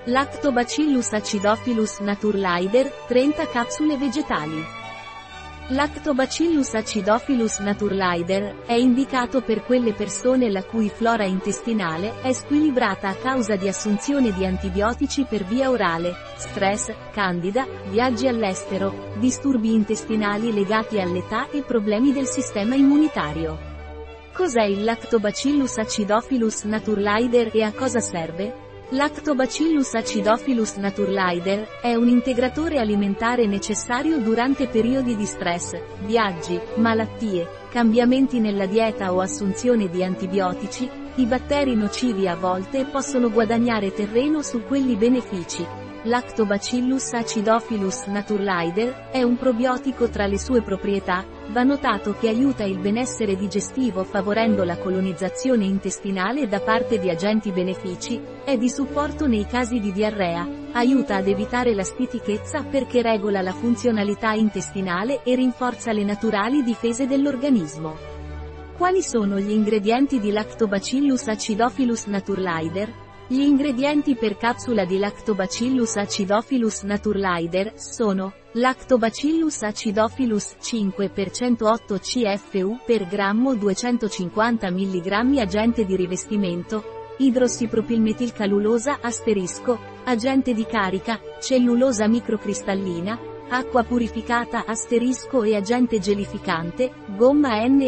Lactobacillus acidophilus naturlider, 30 capsule vegetali. Lactobacillus acidophilus naturlider è indicato per quelle persone la cui flora intestinale è squilibrata a causa di assunzione di antibiotici per via orale, stress, candida, viaggi all'estero, disturbi intestinali legati all'età e problemi del sistema immunitario. Cos'è il Lactobacillus acidophilus naturlider e a cosa serve? Lactobacillus acidophilus naturlider è un integratore alimentare necessario durante periodi di stress, viaggi, malattie, cambiamenti nella dieta o assunzione di antibiotici. I batteri nocivi a volte possono guadagnare terreno su quelli benefici. Lactobacillus acidophilus naturlider è un probiotico. Tra le sue proprietà, va notato che aiuta il benessere digestivo favorendo la colonizzazione intestinale da parte di agenti benefici, è di supporto nei casi di diarrea, aiuta ad evitare la stitichezza perché regola la funzionalità intestinale e rinforza le naturali difese dell'organismo. Quali sono gli ingredienti di Lactobacillus acidophilus naturlider? Gli ingredienti per capsula di Lactobacillus acidophilus naturlider sono: Lactobacillus acidophilus 5% CFU per grammo 250 mg agente di rivestimento, idrossipropilmetilcalulosa agente di carica, cellulosa microcristallina, acqua purificata e agente gelificante, gomma N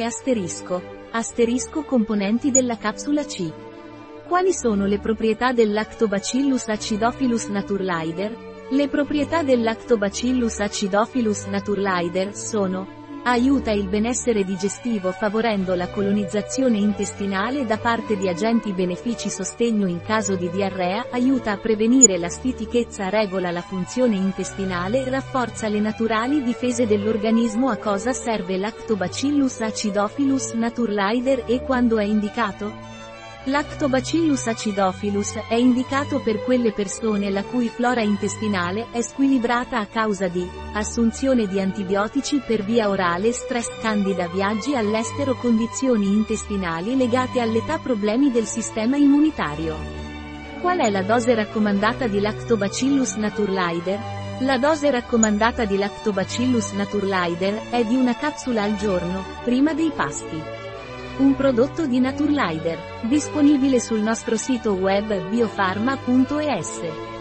componenti della capsula C. Quali sono le proprietà del Lactobacillus acidophilus naturlider? Le proprietà del Lactobacillus acidophilus naturlider sono: aiuta il benessere digestivo favorendo la colonizzazione intestinale da parte di agenti benefici, sostegno in caso di diarrea, aiuta a prevenire la stitichezza, regola la funzione intestinale, rafforza le naturali difese dell'organismo. A cosa serve Lactobacillus acidophilus naturlider e quando è indicato? Lactobacillus acidophilus è indicato per quelle persone la cui flora intestinale è squilibrata a causa di assunzione di antibiotici per via orale, stress, candida, viaggi all'estero, condizioni intestinali legate all'età, problemi del sistema immunitario. Qual è la dose raccomandata di Lactobacillus naturlider? La dose raccomandata di Lactobacillus naturlider è di una capsula al giorno, prima dei pasti. Un prodotto di Naturlider, disponibile sul nostro sito web biofarma.es.